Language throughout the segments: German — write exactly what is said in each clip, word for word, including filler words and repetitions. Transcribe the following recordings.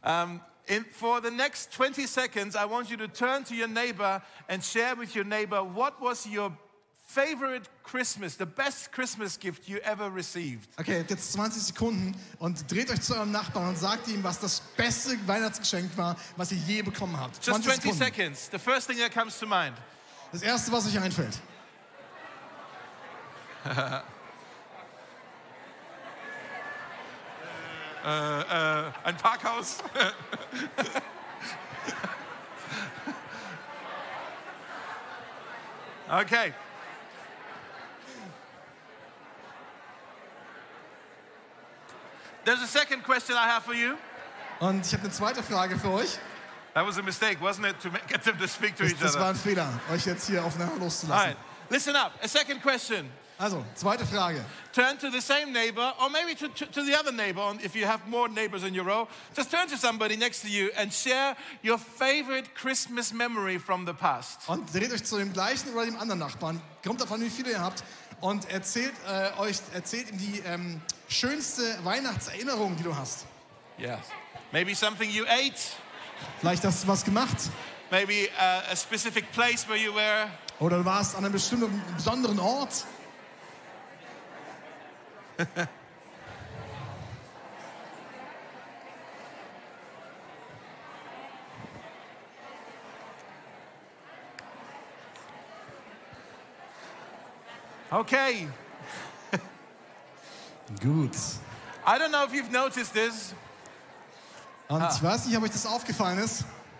Um, in, for the next twenty seconds, I want you to turn to your neighbor and share with your neighbor what was your favorite Christmas, the best Christmas gift you ever received. Okay, jetzt zwanzig Sekunden und dreht euch zu eurem Nachbarn und sagt ihm, was das beste Weihnachtsgeschenk war, was ihr je bekommen habt. Just zwanzig twenty Sekunden. seconds. The first thing that comes to mind. Das erste, was euch einfällt. äh, äh, ein Parkhaus. Okay. There's a second question I have for you. Und ich habe eine zweite Frage für euch. That was a mistake, wasn't it, to get them to speak to Das, each das war other? ein Fehler, euch jetzt hier aufeinander All loszulassen. right, listen up. A second question. Also, zweite Frage. Turn to the same neighbor, or maybe to, to, to the other neighbor, and if you have more neighbors in your row. Just turn to somebody next to you and share your favorite Christmas memory from the past. Und dreht euch zu dem gleichen oder dem anderen Nachbarn. Kommt davon, wie viele ihr habt. Und erzählt äh, euch, erzählt ihm die ähm, schönste Weihnachtserinnerung, die du hast. Yes. Maybe something you ate. Vielleicht hast du was gemacht. Maybe uh, a specific place where you were. Oder du warst an einem bestimmten, besonderen Ort. Okay. Gut. I don't know if you've noticed this. Und ich weiß nicht, ob euch das aufgefallen ist.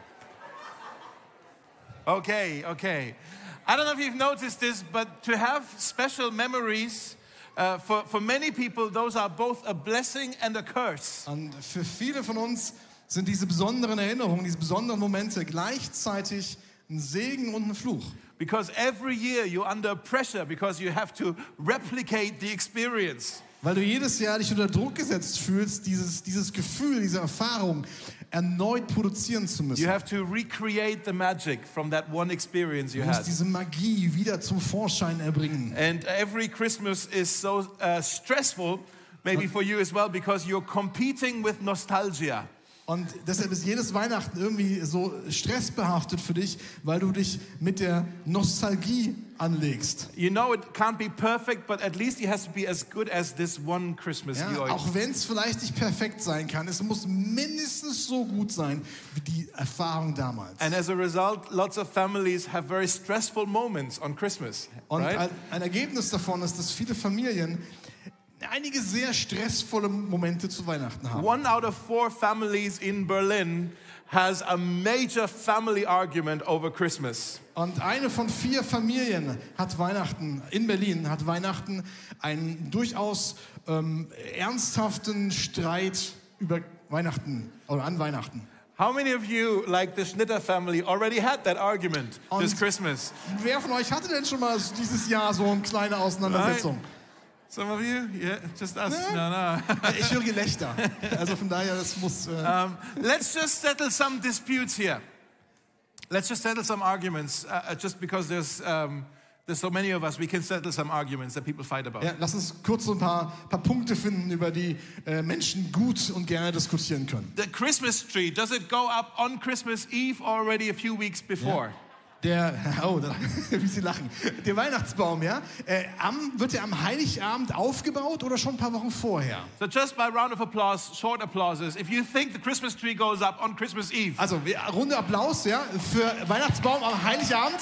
Okay, okay. I don't know if you've noticed this, but to have special memories, uh, for, for many people, those are both a blessing and a curse. Und für viele von uns sind diese besonderen Erinnerungen, diese besonderen Momente gleichzeitig ein Segen und ein Fluch. Because every year you're under pressure because you have to replicate the experience. Weil du jedes Jahr dich unter Druck gesetzt fühlst, dieses, dieses Gefühl, diese Erfahrung erneut produzieren zu müssen. You have to recreate the magic from that one experience you Du musst had. diese Magie wieder zum Vorschein erbringen. And every Christmas is so uh, stressful, maybe for you as well, because you're competing with nostalgia. Und deshalb ist jedes Weihnachten irgendwie so stressbehaftet für dich, weil du dich mit der Nostalgie anlegst. You know it can't be perfect, but at least it has to be as good as this one Christmas Ja, you auch wenn es vielleicht nicht perfekt sein kann, es muss mindestens so gut sein wie die Erfahrung damals. And as a result, lots of families have very stressful moments on Christmas, Und right? ein, ein Ergebnis davon ist, dass viele Familien einige sehr stressvolle Momente zu Weihnachten haben. One out of four families in Berlin has a major family argument over Christmas. Und eine von vier Familien hat Weihnachten, in Berlin, hat Weihnachten einen durchaus ähm, ernsthaften Streit über Weihnachten oder an Weihnachten. How many of you, like the Schnitter family, already had that argument Und this Christmas? Wer von euch hatte denn schon mal dieses Jahr so eine kleine Auseinandersetzung? Some of you? Yeah, just us? No, no. Ich höre Gelächter. Also von daher, das muss... Äh Um, let's just settle some disputes here. Let's just settle some arguments. Uh, just because there's um, there's so many of us, we can settle some arguments that people fight about. ja, lass uns kurz so ein paar, paar Punkte finden, über die äh, Menschen gut und gerne diskutieren können. The Christmas tree, does it go up on Christmas Eve or already a few weeks before? Ja. Der, oh, da, wie Sie lachen. Der Weihnachtsbaum, ja, äh, am, wird der am Heiligabend aufgebaut oder schon ein paar Wochen vorher? So just by round of applause, short applauses, if you think the Christmas tree goes up on Christmas Eve, Also, wir- Runde Applaus, ja, für Weihnachtsbaum am Heiligabend.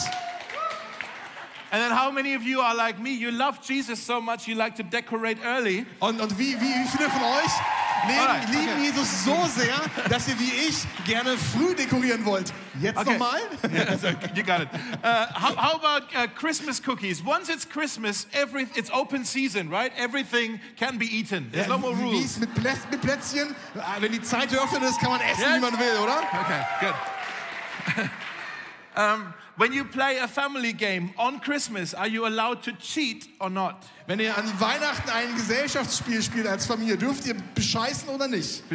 and then how many of you are like me, you love Jesus so much you like to decorate early, Und, und wie, wie, wie viele von euch leben, Alright, okay. lieben Jesus so sehr, dass ihr wie ich gerne früh dekorieren wollt? Jetzt Okay. nochmal? Yeah, so you got it. Uh, how, how about uh, Christmas cookies? Once it's Christmas, every it's open season, right? Everything can be eaten. There's no more Wie wie rules. ist mit, Plä mit Plätzchen? Ah, Wenn die Zeit geöffnet ist, kann man essen, Yes. wie man will, oder? Okay, good. um, when you play a family game on Christmas, are you allowed to cheat or not? Wenn ihr an Weihnachten ein Gesellschaftsspiel spielt als Familie, dürft ihr bescheißen oder nicht?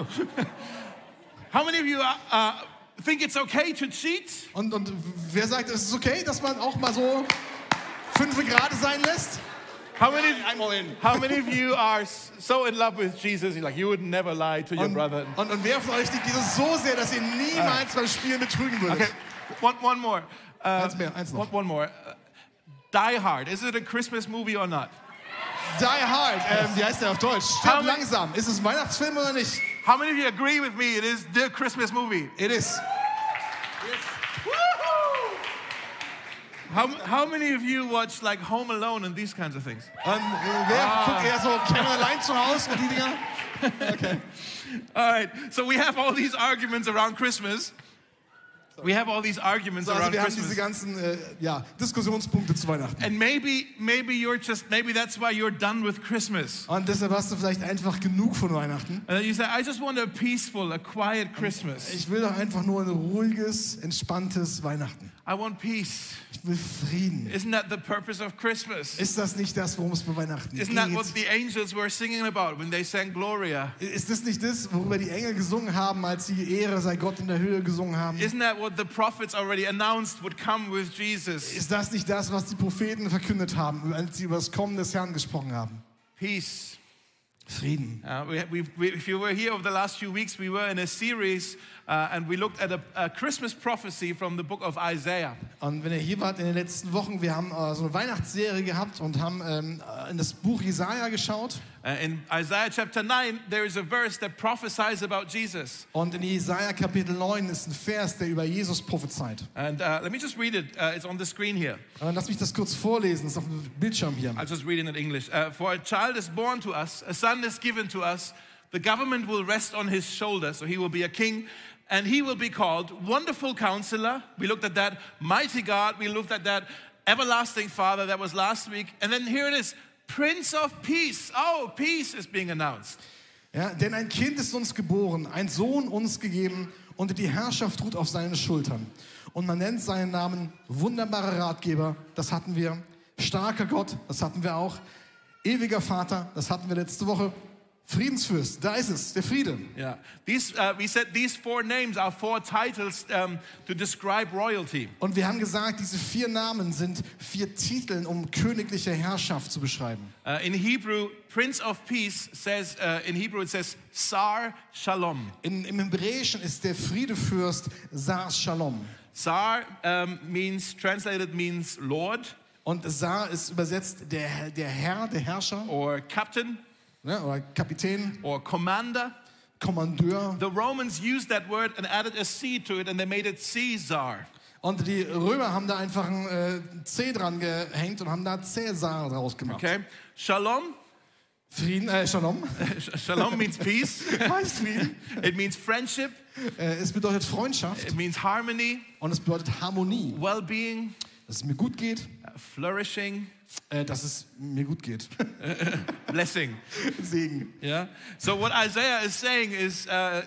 How many of you uh, uh, think it's okay to cheat? Und, und wer sagt, es ist okay, dass man auch mal so fünf Grad sein lässt? How many, I'm all in. how many of you are s- so in love with Jesus, you're like, you would never lie to your Und, brother? und, und wer von euch liebt Jesus so sehr, dass ihr niemals beim Spielen betrügen würdet? Okay, one, one more. Uh, Eins mehr, eins noch. one, one more. Uh, Die Hard, is it a Christmas movie or not? Die Hard, ähm, wie heißt der auf Deutsch? How Stirb many- langsam. Ist es ein Weihnachtsfilm oder nicht? How many of you agree with me? It is the Christmas movie. It is. How, how many of you watch like Home Alone and these kinds of things? Und äh, wer Ah. guckt eher so Kevin allein zu Hause und die Dinger? Okay. All right, so we have all these arguments around Christmas. We have all these arguments So, also around wir haben diese Christmas. ganzen äh, ja, Diskussionspunkte zu Weihnachten. And maybe, maybe you're just, maybe that's why you're done with Christmas. Und deshalb hast du vielleicht einfach genug von Weihnachten. And you say, I just want a peaceful, a quiet Christmas. Ich will doch einfach nur ein ruhiges, entspanntes Weihnachten. I want peace. Ich will Frieden. Isn't that the purpose of Christmas? Ist das nicht das, worum es bei Weihnachten Isn't that what geht? the angels were singing about when they sang Gloria? Ist das nicht das, worüber die Engel gesungen haben, als sie Ehre sei Gott in der Höhe gesungen haben? Isn't that what the prophets already announced would come with Jesus? Ist das nicht das, was die Propheten verkündet haben, als sie über das Kommen des Herrn gesprochen haben? Peace. Frieden. Uh, we, we, we, if you were here over the last few weeks, we were in a series uh, and we looked at a, a Christmas prophecy from the book of Isaiah. Und wenn ihr hier wart in den letzten Wochen, wir haben äh, so eine Weihnachtsserie gehabt und haben ähm, in das Buch Jesaja geschaut. Uh, in Isaiah chapter nine, there is a verse that prophesies about Jesus. Und in Jesaja Kapitel neun ist ein Vers, der über Jesus prophezeit. And uh, let me just read it. Uh, it's on the screen here. Äh, lass mich das kurz vorlesen, das ist auf dem Bildschirm hier. I'll just read it in English. Uh, For a child is born to us, a son is given to us. The government will rest on his shoulder, so he will be a king. And he will be called Wonderful Counselor. We looked at that. Mighty God. We looked at that. Everlasting Father. That was last week. And then here it is. Prince of Peace. Oh, peace is being announced. Ja, denn ein Kind ist uns geboren, ein Sohn uns gegeben und die Herrschaft ruht auf seinen Schultern. Und man nennt seinen Namen wunderbarer Ratgeber, das hatten wir. Starker Gott, das hatten wir auch. Ewiger Vater, das hatten wir letzte Woche. Friedensfürst, da ist es, der Friede. Yeah. These, uh, we said these four names are four titles um, to describe royalty. Und wir haben gesagt, diese vier Namen sind vier Titel, um königliche Herrschaft zu beschreiben. Uh, in Hebrew, Prince of Peace says, uh, in Hebrew it says, Sar Shalom. In, Im Hebräischen ist der Friedefürst Sar Shalom. Sar um, means, translated means Lord Und Sar ist übersetzt der, der Herr, der Herrscher, or Captain ne, oder Kapitän, or Commander. Kommandeur. The Romans used that word and added a C to it and they made it Caesar. Und die Römer haben da einfach ein äh, C dran gehängt und haben da Cäsar draus gemacht. Okay? Shalom. Frieden, äh, Shalom, Shalom means peace. heißt Frieden. It means friendship. Äh, es bedeutet Freundschaft It means harmony, und es bedeutet Harmonie. well-being, Dass es mir gut geht, uh, flourishing, äh, dass es mir gut geht. blessing. Segen. Yeah. So what Isaiah is saying is, uh,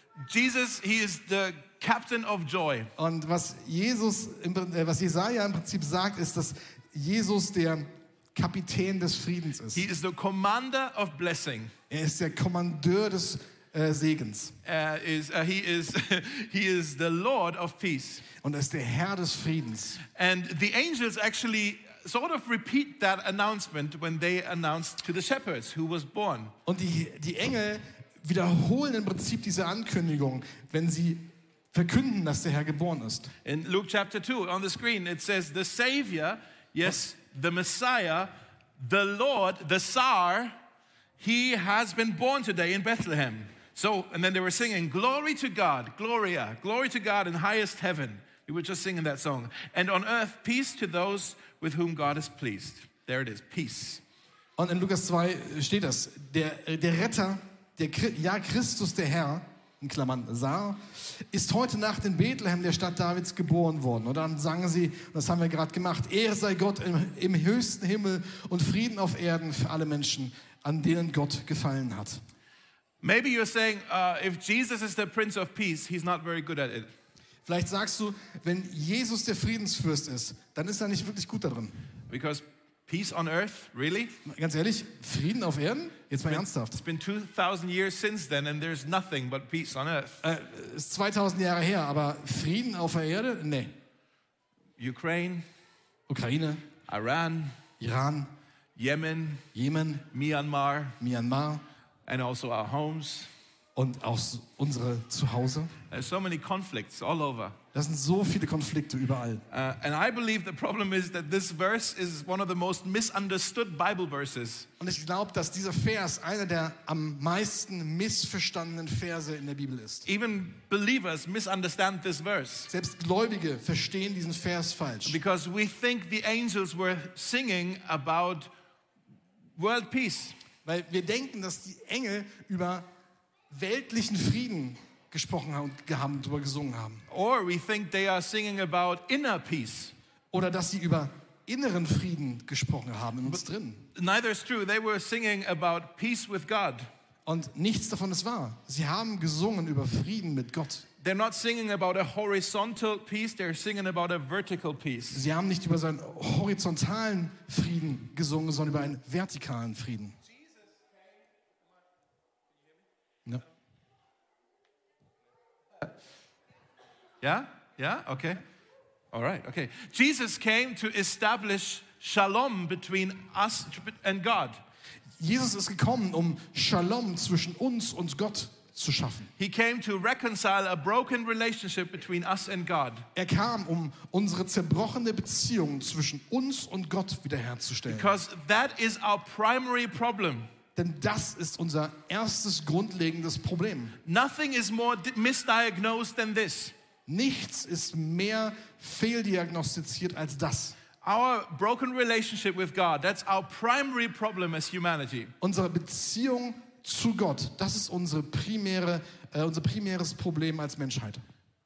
Jesus, he is the captain of joy. Und was Jesus, im, äh, was Jesaja im Prinzip sagt, ist, dass Jesus der Kapitän des Friedens ist. He is the commander of blessing. Er ist der Kommandeur des äh, Segens. Uh, is uh, he is he is the Lord of peace. Und er ist der Herr des Friedens. And the angels actually sort of repeat that announcement when they announced to the shepherds who was born. Und die, die Engel wiederholen im Prinzip diese Ankündigung, wenn sie verkünden, dass der Herr geboren ist. In Luke chapter two, on the screen, it says, the Savior, yes, the Messiah, the Lord, the Tsar, he has been born today in Bethlehem. So, and then they were singing, glory to God, Gloria, glory to God in highest heaven. We were just singing that song. And on earth, peace to those with whom God is pleased. There it is, peace. Und in Lukas zwei steht das, der, der Retter, der, ja Christus der Herr, in Klammern Sar, ist heute Nacht in Bethlehem, der Stadt Davids, geboren worden. Und dann sangen sie, und das haben wir gerade gemacht, Ehre sei Gott im, im höchsten Himmel und Frieden auf Erden für alle Menschen, an denen Gott gefallen hat. Maybe you're saying, uh, if Jesus is the Prince of Peace, he's not very good at it. Vielleicht sagst du, wenn Jesus der Friedensfürst ist, dann ist er nicht wirklich gut darin. Because peace on earth, really? Ganz ehrlich, Frieden auf Erden? Jetzt mal It's ernsthaft. been two thousand years since then and there's nothing but peace on earth. Äh, ist zweitausend Jahre her, aber Frieden auf der Erde? Nee. Ukraine, Ukraine, Iran, Iran, Yemen, Jemen, Myanmar, Myanmar and also our homes. und auch unsere Zuhause. There's so many conflicts all over. Das sind so viele Konflikte überall. Uh, and I believe the problem is that this verse is one of the most misunderstood Bible verses. Und ich glaube, dass dieser Vers einer der am meisten missverstandenen Verse in der Bibel ist. Even believers misunderstand this verse Selbst Gläubige verstehen diesen Vers falsch. because we think the angels were singing about world peace. Weil wir denken, dass die Engel über weltlichen Frieden gesprochen haben und haben, darüber gesungen haben. Or we think they are singing about inner peace. Oder dass sie über inneren Frieden gesprochen haben in uns drin. Neither is true. They were singing about peace with God. Und nichts davon ist wahr. Sie haben gesungen über Frieden mit Gott. They're not singing about a horizontal peace, they're singing about a vertical peace. Sie haben nicht über seinen horizontalen Frieden gesungen, sondern über einen vertikalen Frieden. Ja. Yeah? Yeah? Okay. All right, okay. Jesus came to establish shalom between us and God. Jesus ist gekommen, um Shalom zwischen uns und Gott zu schaffen. He came to reconcile a broken relationship between us and God. Er kam, um unsere zerbrochene Beziehung zwischen uns und Gott wiederherzustellen. Because that is our primary problem. Denn das ist unser erstes grundlegendes Problem. Nothing is more di- misdiagnosed than this. Nichts ist mehr fehldiagnostiziert als das. Our broken relationship with God, that's our primary problem as humanity. Unsere Beziehung zu Gott, das ist unsere primäre, äh, unser primäres Problem als Menschheit.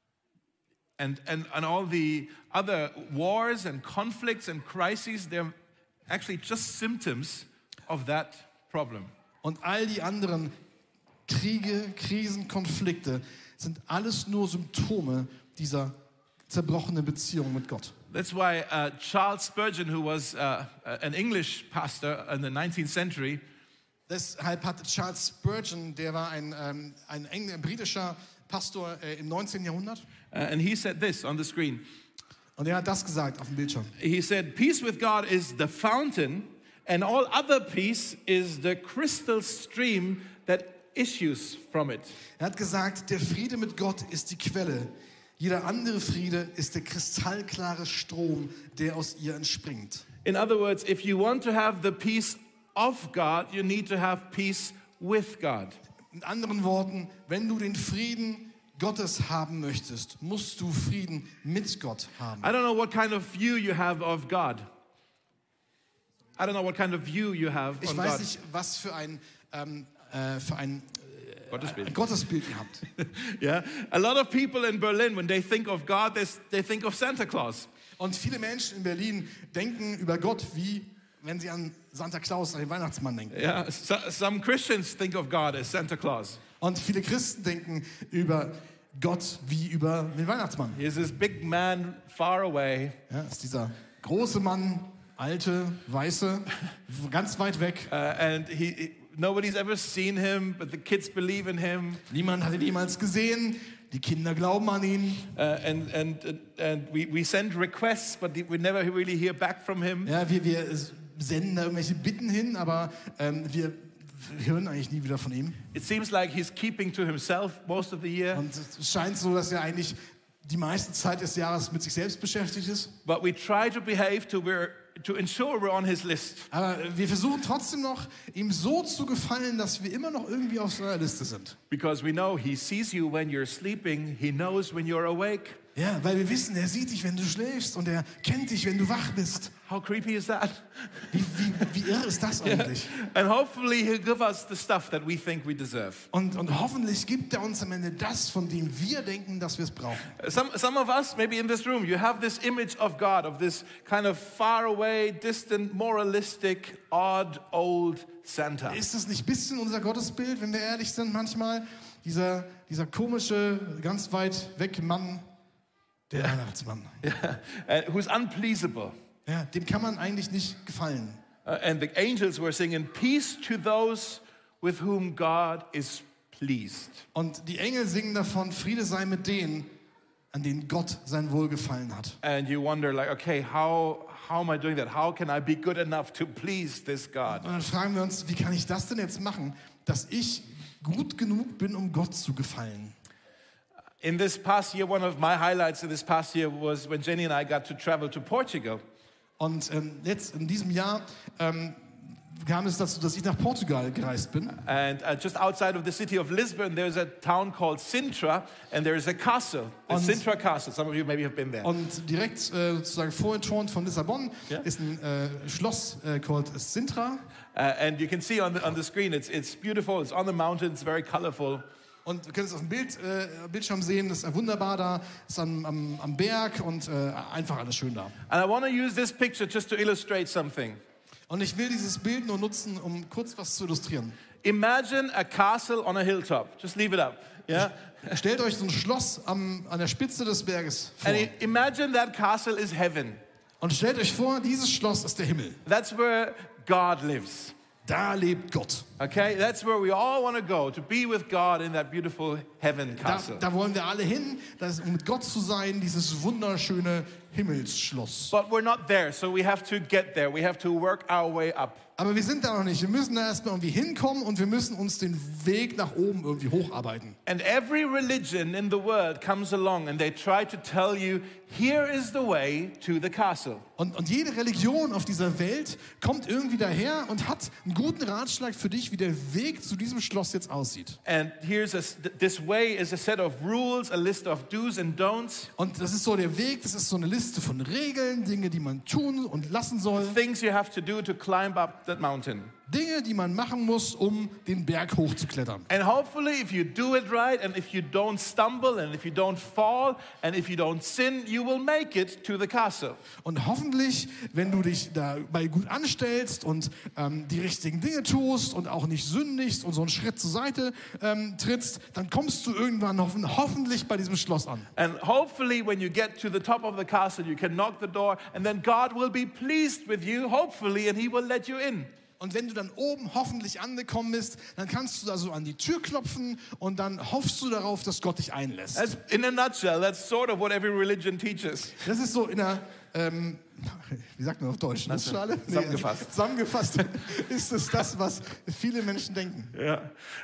And, and, and all the other wars and conflicts and crises, they're actually just symptoms of that problem. Und all die anderen Kriege, Krisen, Konflikte sind alles nur Symptome dieser zerbrochenen Beziehung mit Gott. That's why uh, Charles Spurgeon, who was uh, an English pastor in the nineteenth century, Deshalb hat Charles Spurgeon, der war ein, ähm, ein, Engl- ein britischer Pastor äh, im neunzehnten Jahrhundert, uh, and he said this on the screen. und er hat das gesagt auf dem Bildschirm. He said, peace with God is the fountain, and all other peace is the crystal stream that issues from it. Er hat gesagt, der Friede mit Gott ist die Quelle. Jeder andere Friede ist der kristallklare Strom, der aus ihr entspringt. In other words, if you want to have the peace of God, you need to have peace with God. Mit anderen Worten, wenn du den Frieden Gottes haben möchtest, musst du Frieden mit Gott haben. I don't know what kind of view you have of God. I don't know what kind of view you have Ich on weiß God. nicht, was für ein, ähm, äh, für ein Gottesbild. Gottesbild ihr habt. Yeah, a lot of people in Berlin, when they think of God, they, they think of Santa Claus. Und viele Menschen in Berlin denken über Gott, wie wenn sie an Santa Claus, an den Weihnachtsmann denken. Yeah, so, some Christians think of God as Santa Claus. Und viele Christen denken über Gott wie über den Weihnachtsmann. He's this big man far away. Ja, das ist dieser große Mann, alte, weiße, ganz weit weg. Uh, and he, he- nobody's ever seen him, but the kids believe in him. Niemand hat ihn jemals gesehen. Die Kinder glauben an ihn. Uh, and and, uh, and we, we send requests, but we never really hear back from him. Ja, wir, wir senden da irgendwelche Bitten hin, aber ähm, wir hören eigentlich nie wieder von ihm. It seems like he's keeping to himself most of the year. Und es scheint so, dass er eigentlich die meiste Zeit des Jahres mit sich selbst beschäftigt ist. But we try to behave to, we're, to ensure we're on his list. Aber wir versuchen trotzdem noch, ihm so zu gefallen, dass wir immer noch irgendwie auf seiner Liste sind. Because we know he sees you when you're sleeping, he knows when you're awake. Ja, weil wir wissen, er sieht dich, wenn du schläfst und er kennt dich, wenn du wach bist. How creepy is that? Wie, wie, wie irre ist das eigentlich? And hopefully he'll give us the stuff that we think we deserve. Und, und hoffentlich gibt er uns am Ende das, von dem wir denken, dass wir es brauchen. Some, some of us, maybe in this room, you have this image of God, of this kind of far away, distant, moralistic, odd, old Santa. Ist das nicht ein bisschen unser Gottesbild, wenn wir ehrlich sind manchmal? Dieser, dieser komische, ganz weit weg Mann, der Weihnachtsmann. Yeah. Uh, who's unpleasable. Ja, dem kann man eigentlich nicht gefallen. Uh, and the angels were singing, peace to those with whom God is pleased. Und die Engel singen davon, Friede sei mit denen, an denen Gott sein Wohlgefallen hat. And you wonder, like, okay, how how am I doing that? How can I be good enough to please this God? Und dann fragen wir uns, wie kann ich das denn jetzt machen, dass ich gut genug bin, um Gott zu gefallen? In this past year, one of my highlights in this past year was when Jenny and I got to travel to Portugal. Und ähm, jetzt in diesem Jahr ähm, kam es dazu, dass ich nach Portugal gereist bin. And uh, just outside of the city of Lisbon, there's a town called Sintra, and there is a castle, the Und- Sintra Castle. Some of you maybe have been there. Und direkt äh, sozusagen vor den Toren von Lissabon Ja. ist ein äh, Schloss äh, called Sintra. Uh, and you can see on the, on the screen, it's, it's beautiful, it's on the mountain, it's very colorful. Und du kannst es auf dem Bild, äh, Bildschirm sehen, das ist wunderbar da, ist am, am, am Berg und äh, einfach alles schön da. And I want to use this picture just to illustrate something. Und ich will dieses Bild nur nutzen, um kurz was zu illustrieren. Imagine a castle on a hilltop. Just leave it up. Yeah? Stellt euch so ein Schloss am, an der Spitze des Berges vor. And i- imagine that castle is heaven. Und stellt euch vor, dieses Schloss ist der Himmel. That's where God lives. Da lebt Gott. Okay? That's where we all want to go, to be with God in that beautiful heaven Da, castle. da wollen wir alle hin, das, um mit Gott zu sein, dieses wunderschöne Himmelsschloss. But we're not there, so we have to get there. We have to work our way up. Aber wir sind da noch nicht. Wir müssen da erstmal irgendwie hinkommen und wir müssen uns den Weg nach oben irgendwie hocharbeiten. And every religion in the world comes along and they try to tell you, here is the way to the castle. Und, und jede Religion auf dieser Welt kommt irgendwie daher und hat einen guten Ratschlag für dich, wie der Weg zu diesem Schloss jetzt aussieht. And here's a, this way is a set of rules, a list of do's and don'ts, Und das ist so der Weg, das ist so eine Liste von Regeln, Dinge, die man tun und lassen soll. things you have to do to climb up that mountain. Dinge, die man machen muss, um den Berg hochzuklettern. And hopefully, if you do it right, and if you don't stumble, and if you don't fall, and if you don't sin, you will make it to the castle. Und hoffentlich, wenn du dich dabei gut anstellst und ähm, die richtigen Dinge tust und auch nicht sündigst und so einen Schritt zur Seite ähm, trittst, dann kommst du irgendwann hoffen, hoffentlich bei diesem Schloss an. And hopefully, when you get to the top of the castle, you can knock the door, and then God will be pleased with you, hopefully, and He will let you in. Und wenn du dann oben hoffentlich angekommen bist, dann kannst du da so an die Tür klopfen und dann hoffst du darauf, dass Gott dich einlässt. That's in a nutshell. That's sort of what every religion teaches. Das ist so in einer, ähm, wie sagt man auf Deutsch, Nussschale? Nee, zusammengefasst. Zusammengefasst ist es das, was viele Menschen denken. Yeah.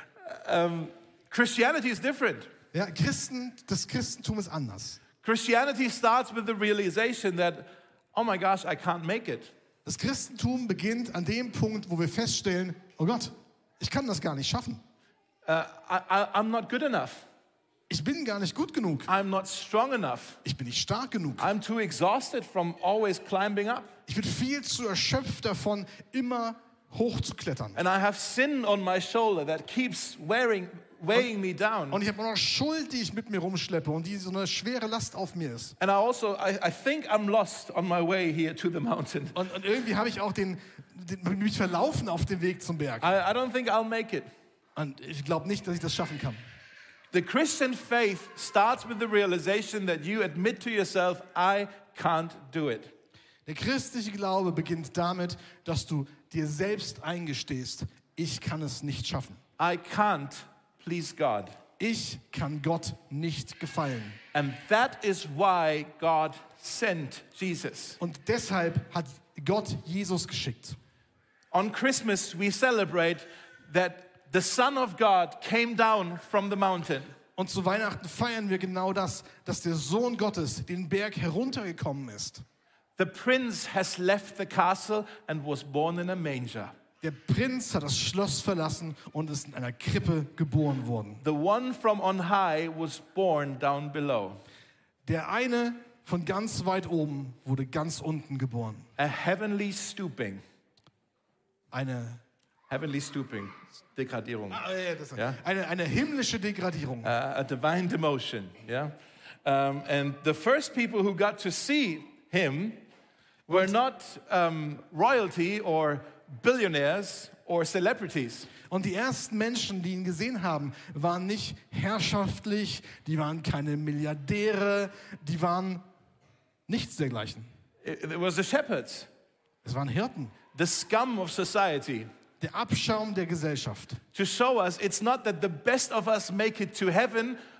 Um, Christianity is different. Ja, Christen, das Christentum ist anders. Christianity starts with the realization that, oh my gosh, I can't make it. Das Christentum beginnt an dem Punkt, wo wir feststellen, oh Gott, ich kann das gar nicht schaffen. Uh, I, I, I'm not good enough. Ich bin gar nicht gut genug. I'm not strong enough. Ich bin nicht stark genug. I'm too exhausted from always climbing up. Ich bin viel zu erschöpft davon, immer hochzuklettern. And I have sin on my shoulder that keeps wearing, weighing me down. Und ich habe auch noch Schuld, die ich mit mir rumschleppe und die so eine schwere Last auf mir ist. And I also, I, I think I'm lost on my way here to the mountain. Und, und irgendwie habe ich auch den, den, mich verlaufen auf dem Weg zum Berg. I, I don't think I'll make it. Und ich glaube nicht, dass ich das schaffen kann. The Christian faith starts with the realization that you admit to yourself, I can't do it. Der christliche Glaube beginnt damit, dass du dir selbst eingestehst, ich kann es nicht schaffen. I can't please God. Ich kann Gott nicht gefallen. And that is why God sent Jesus. Und deshalb hat Gott Jesus geschickt. On Christmas, we celebrate that the Son of God came down from the mountain. Und zu Weihnachten feiern wir genau das, dass der Sohn Gottes den Berg heruntergekommen ist. The prince has left the castle and was born in a manger. Der Prinz hat das Schloss verlassen und ist in einer Krippe geboren worden. The one from on high was born down below. Der eine von ganz weit oben wurde ganz unten geboren. A heavenly stooping. Eine, Heavenly stooping. Degradierung. ah, ja, das, Ja. eine, eine himmlische Degradierung. Uh, a divine demotion. Yeah. Um, and the first people who got to see him were not um, royalty or billionaires or celebrities. Und die ersten Menschen, die ihn gesehen haben, waren nicht herrschaftlich, die waren keine Milliardäre, die waren nichts dergleichen. It, it was the shepherds, Es waren Hirten, the scum of society. der Abschaum der Gesellschaft. To show us it's not that the best of us make it to heaven,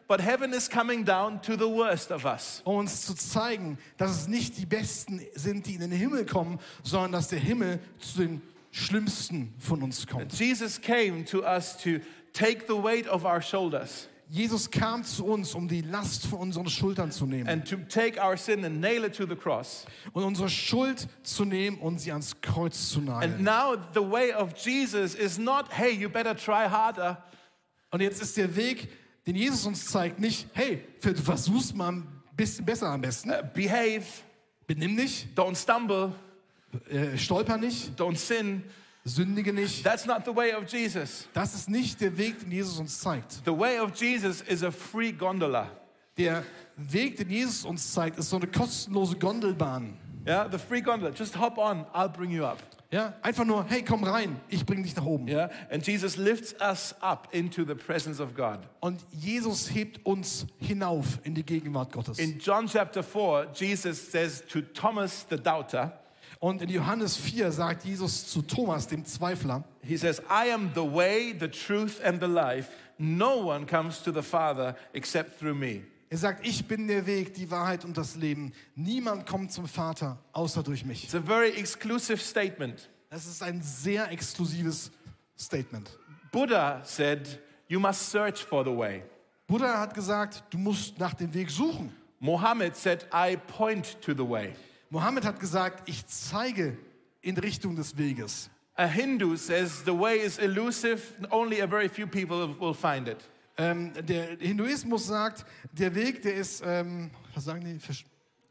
but heaven is coming down to the worst of us. Um uns zu zeigen, dass es nicht die Besten sind, die in den Himmel kommen, sondern dass der Himmel zu den Schlimmsten von uns kommt. Jesus came to us to take the weight of our shoulders Jesus kam zu uns, um die Last von unseren Schultern zu nehmen and to take our sin and nail it to the cross. und unsere Schuld zu nehmen und sie ans Kreuz zu And nageln. now the way of Jesus is not, hey, you better try harder. Und jetzt ist der Weg, den Jesus uns zeigt, nicht, hey, du versuchst mal ein bisschen besser am besten. Uh, behave, Benimm dich, don't stumble, äh, stolper nicht, don't sin. sündige nicht. That's not the way of Jesus. Das ist nicht der Weg, den Jesus uns zeigt. The way of Jesus is a free gondola. Der Weg, den Jesus uns zeigt, ist so eine kostenlose Gondelbahn. Yeah, the free gondola. Just hop on, I'll bring you up. Ja, einfach nur, hey, komm rein, ich bring dich nach oben. Yeah, and Jesus lifts us up into the presence of God. Und Jesus hebt uns hinauf in die Gegenwart Gottes. In John chapter four, Jesus says to Thomas the doubter, Und in Johannes vier sagt Jesus zu Thomas, dem Zweifler, he says, I am the way, the truth and the life. No one comes to the Father except through me. er sagt, ich bin der Weg, die Wahrheit und das Leben. Niemand kommt zum Vater, außer durch mich. It's a very exclusive statement. Das ist ein sehr exklusives Statement. Buddha said, you must search for the way. Buddha hat gesagt, du musst nach dem Weg suchen. Mohammed said, I point to the way. Mohammed hat gesagt, ich zeige in Richtung des Weges. A Hindu says the way is elusive, only a very few people will find it. Ähm, der Hinduismus sagt, der Weg, der ist, ähm, was sagen die? Versch-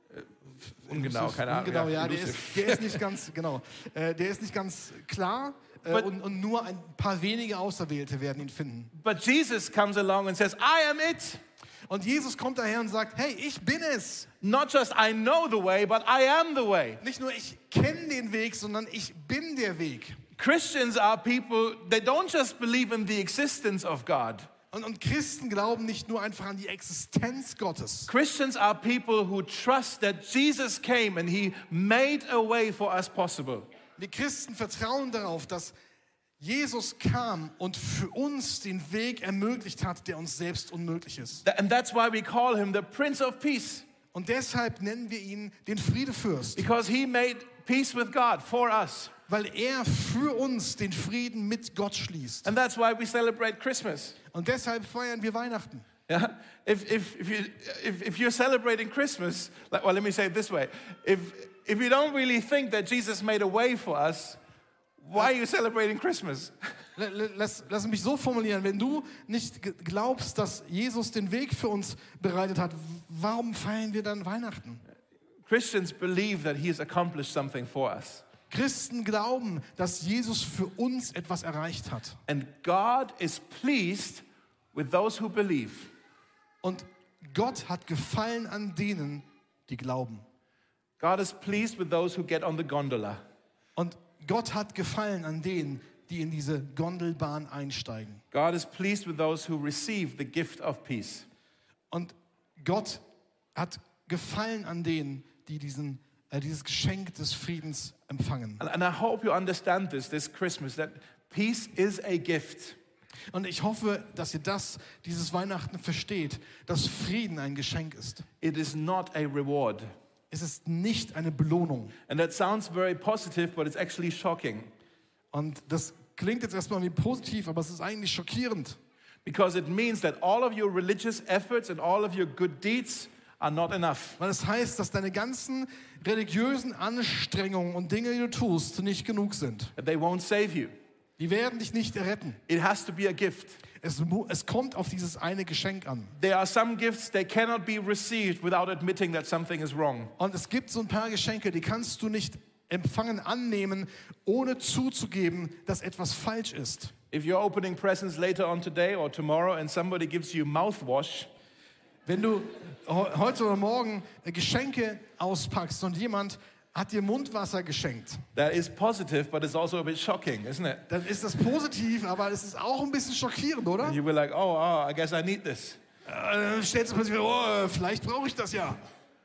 Ungenau, keine Ahnung. Ungenau, ja, der elusive. ist, der ist nicht ganz, genau, äh, der ist nicht ganz klar äh, But- und, und nur ein paar wenige Auserwählte werden ihn finden. But Jesus comes along and says, I am it. Und Jesus kommt daher und sagt, hey, ich bin es. Not just I know the way, but I am the way. Nicht nur ich kenne den Weg, sondern ich bin der Weg. Christians are people, they don't just believe in the existence of God. Und, und Christen glauben nicht nur einfach an die Existenz Gottes. Christians are people who trust that Jesus came and he made a way for us possible. Die Christen vertrauen darauf, dass Jesus kam und für uns den Weg ermöglicht hat, der uns selbst unmöglich ist. Th- And that's why we call him the Prince of Peace, Und deshalb nennen wir ihn den Friedefürst, because he made peace with God for us. weil er für uns den Frieden mit Gott schließt. And that's why we celebrate Christmas. Und deshalb feiern wir Weihnachten. Yeah? If, if, if, you, if, if you're celebrating Christmas, like, well, let me say it this way. If, if you don't really think that Jesus made a way for us, why are you celebrating Christmas? L- l- Lass, lass mich so formulieren, wenn du nicht g- glaubst, dass Jesus den Weg für uns bereitet hat, w- warum feiern wir dann Weihnachten? Christians believe that he has accomplished something for us. Christen glauben, dass Jesus für uns etwas erreicht hat. And God is pleased with those who believe. Und Gott hat Gefallen an denen, die glauben. God is pleased with those who get on the gondola. Und Gott hat Gefallen an denen, die in diese Gondelbahn einsteigen. God is pleased with those who receive the gift of peace. Und Gott hat Gefallen an denen, die diesen, äh, dieses Geschenk des Friedens empfangen. And, and I hope you understand this this Christmas, that peace is a gift. Und ich hoffe, dass ihr das, dieses Weihnachten versteht, dass Frieden ein Geschenk ist. It is not a reward. Es ist nicht eine Belohnung. And that sounds very positive, but it's actually shocking. Und das klingt jetzt erstmal wie positiv, aber es ist eigentlich schockierend. Because it means that all of your religious efforts and all of your good deeds are not enough. Weil es heißt, dass deine ganzen religiösen Anstrengungen und Dinge, die du tust, nicht genug sind. That they won't save you. Die werden dich nicht erretten. It has to be a gift. Es, mu- es kommt auf dieses eine Geschenk an. There are some gifts they cannot be received without admitting that something is wrong. Und es gibt so ein paar Geschenke, die kannst du nicht empfangen, annehmen, ohne zuzugeben, dass etwas falsch ist. If you're opening presents later on today or tomorrow and somebody gives you mouthwash, Wenn du he- heute oder morgen äh, Geschenke auspackst und jemand hat dir Mundwasser geschenkt, that is positive, but it's also a bit shocking, isn't it? dann ist das positiv, aber es ist auch ein bisschen schockierend, oder? And you were like, oh, oh, I guess I need this. Äh, Dann stellst du plötzlich, oh, vielleicht brauche ich das ja.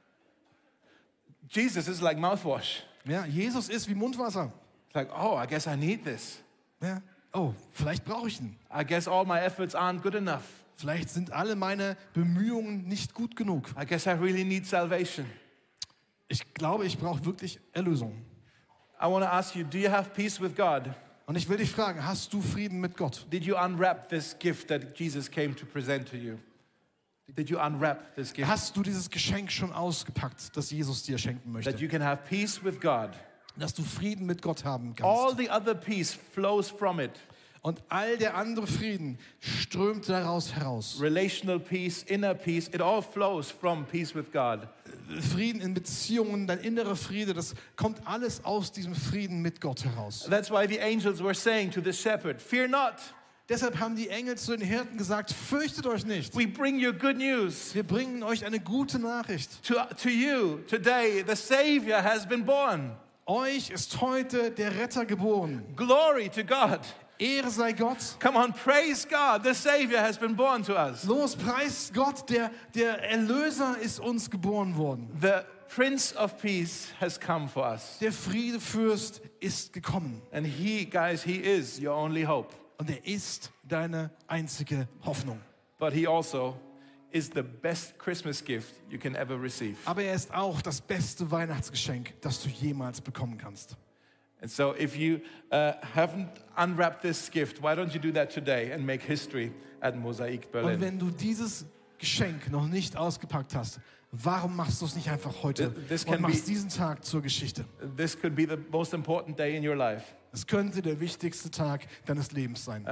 Jesus is like mouthwash. Ja, Jesus ist wie Mundwasser. It's like, oh, I guess I need this. Ja. Oh, vielleicht brauche ich ihn. I guess all my efforts aren't good enough. Vielleicht sind alle meine Bemühungen nicht gut genug. I guess I really need salvation. Ich glaube, ich brauche wirklich Erlösung. I want to ask you, do you have peace with God? Und ich will dich fragen, hast du Frieden mit Gott? Did you unwrap this gift that Jesus came to present to you? Did you unwrap this gift? Hast du dieses Geschenk schon ausgepackt, das Jesus dir schenken That möchte? you can have peace with God. Dass du Frieden mit Gott haben All kannst. the other peace flows from it. Und all der andere Frieden strömt daraus heraus. Relational peace, inner peace, it all flows from peace with God. Frieden in Beziehungen, dein innerer Friede, das kommt alles aus diesem Frieden mit Gott heraus. That's why the angels were saying to the shepherd, fear not. Deshalb haben die Engel zu den Hirten gesagt, fürchtet euch nicht. We bring you good news. Wir bringen euch eine gute Nachricht. To, to you today, the Savior has been born. Euch ist heute der Retter geboren. Glory to God. Ehre sei Gott. Come on, praise God. The Savior has been born to us. Los, preist Gott, der, der Erlöser ist uns geboren worden. The Prince of Peace has come for us. Der Friedefürst ist gekommen. And he, guys, he is your only hope. Und er ist deine einzige Hoffnung. But he also is the best Christmas gift you can ever receive. Aber er ist auch das beste Weihnachtsgeschenk, das du jemals bekommen kannst. And so if you uh, haven't unwrapped this gift, why don't you do that today and make history at Mosaic Und Berlin? wenn du dieses Geschenk noch nicht ausgepackt hast, warum machst du es nicht einfach heute This und can machst be- diesen Tag zur Geschichte? This could be the most important day in your life. Es könnte der wichtigste Tag deines Lebens sein.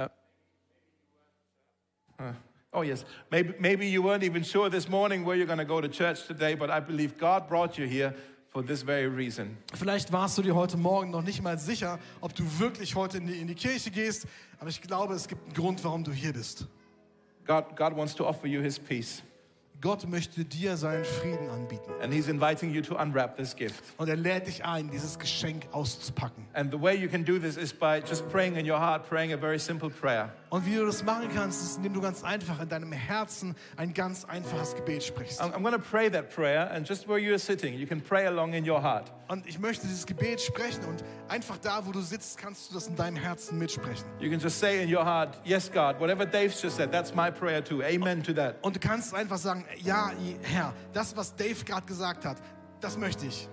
Oh yes, maybe, maybe you weren't even sure this morning where you're going to go to church today, but I believe God brought you here for this very reason. Vielleicht warst du dir heute Morgen noch nicht mal sicher, ob du wirklich heute in die, in die Kirche gehst, aber ich glaube, es gibt einen Grund, warum du hier bist. God, God wants to offer you his peace, Gott möchte dir seinen Frieden anbieten. and he's inviting you to unwrap this gift. Und er lädt dich ein, dieses Geschenk auszupacken. And the way you can do this is by just praying in your heart, praying a very simple prayer. Und wie du das machen kannst, ist, indem du ganz einfach in deinem Herzen ein ganz einfaches Gebet sprichst. I'm, I'm going to pray that prayer, and just where you're sitting, you can pray along in your heart. Und ich möchte dieses Gebet sprechen und einfach da, wo du sitzt, kannst du das in deinem Herzen mitsprechen. You can just say in your heart, yes, God, whatever Dave's just said, that's my prayer too. Amen to that. Und du kannst einfach sagen, ja, Herr, das, was Dave gerade gesagt hat, das möchte ich.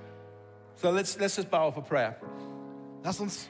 So let's, let's just bow for prayer. Lass uns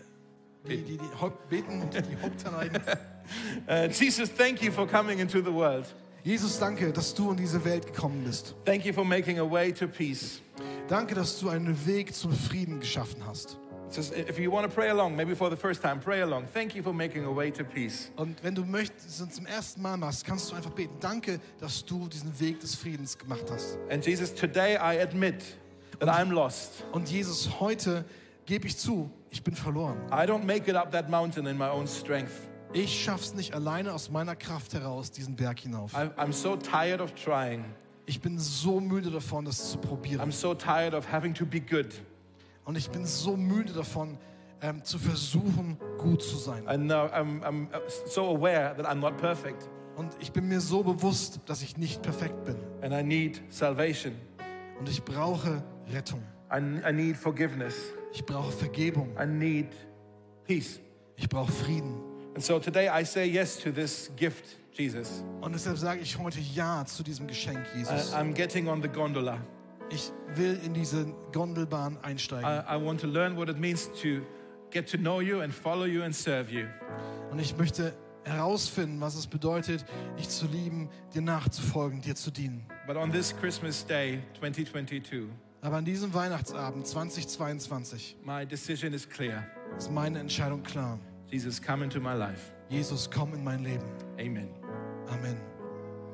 die, die, die Haupt- beten und die Häupter neigen. Uh, Jesus, thank you for coming into the world. Jesus, danke, dass du in diese Welt gekommen bist. Thank you for making a way to peace. Danke, dass du einen Weg zum Frieden geschaffen hast. Just if you want to pray along, maybe for the first time, pray along. Thank you for making a way to peace. Und wenn du möchtest und zum ersten Mal machst, kannst du einfach beten. Danke, dass du diesen Weg des Friedens gemacht hast. And Jesus, today I admit that I'm lost. Und Jesus, heute gebe ich zu, ich bin verloren. I don't make it up that mountain in my own strength. Ich schaff's nicht alleine aus meiner Kraft heraus, diesen Berg hinauf. I, I'm so tired of trying. Ich bin so müde davon, das zu probieren. I'm so tired of having to be good. Und ich bin so müde davon, ähm, zu versuchen, gut zu sein. I know I'm, I'm so aware that I'm not perfect. Und ich bin mir so bewusst, dass ich nicht perfekt bin. And I need salvation. Und ich brauche Rettung. I, I need forgiveness. Ich brauche Vergebung. I need peace. Ich brauche Frieden. And so today I say yes to this gift, Jesus. Und deshalb sage ich heute Ja zu diesem Geschenk, I, Jesus. I'm getting on the gondola. Ich will in diese Gondelbahn einsteigen. I, I want to learn what it means to get to know you and follow you and serve you. Und ich möchte herausfinden, was es bedeutet, dich zu lieben, dir nachzufolgen, dir zu dienen. But on this Christmas day, twenty twenty-two, Aber an diesem Weihnachtsabend zweitausendzweiundzwanzig my decision is clear. ist meine Entscheidung klar. Jesus, come into my life. Jesus, komm in mein Leben. Amen. Amen.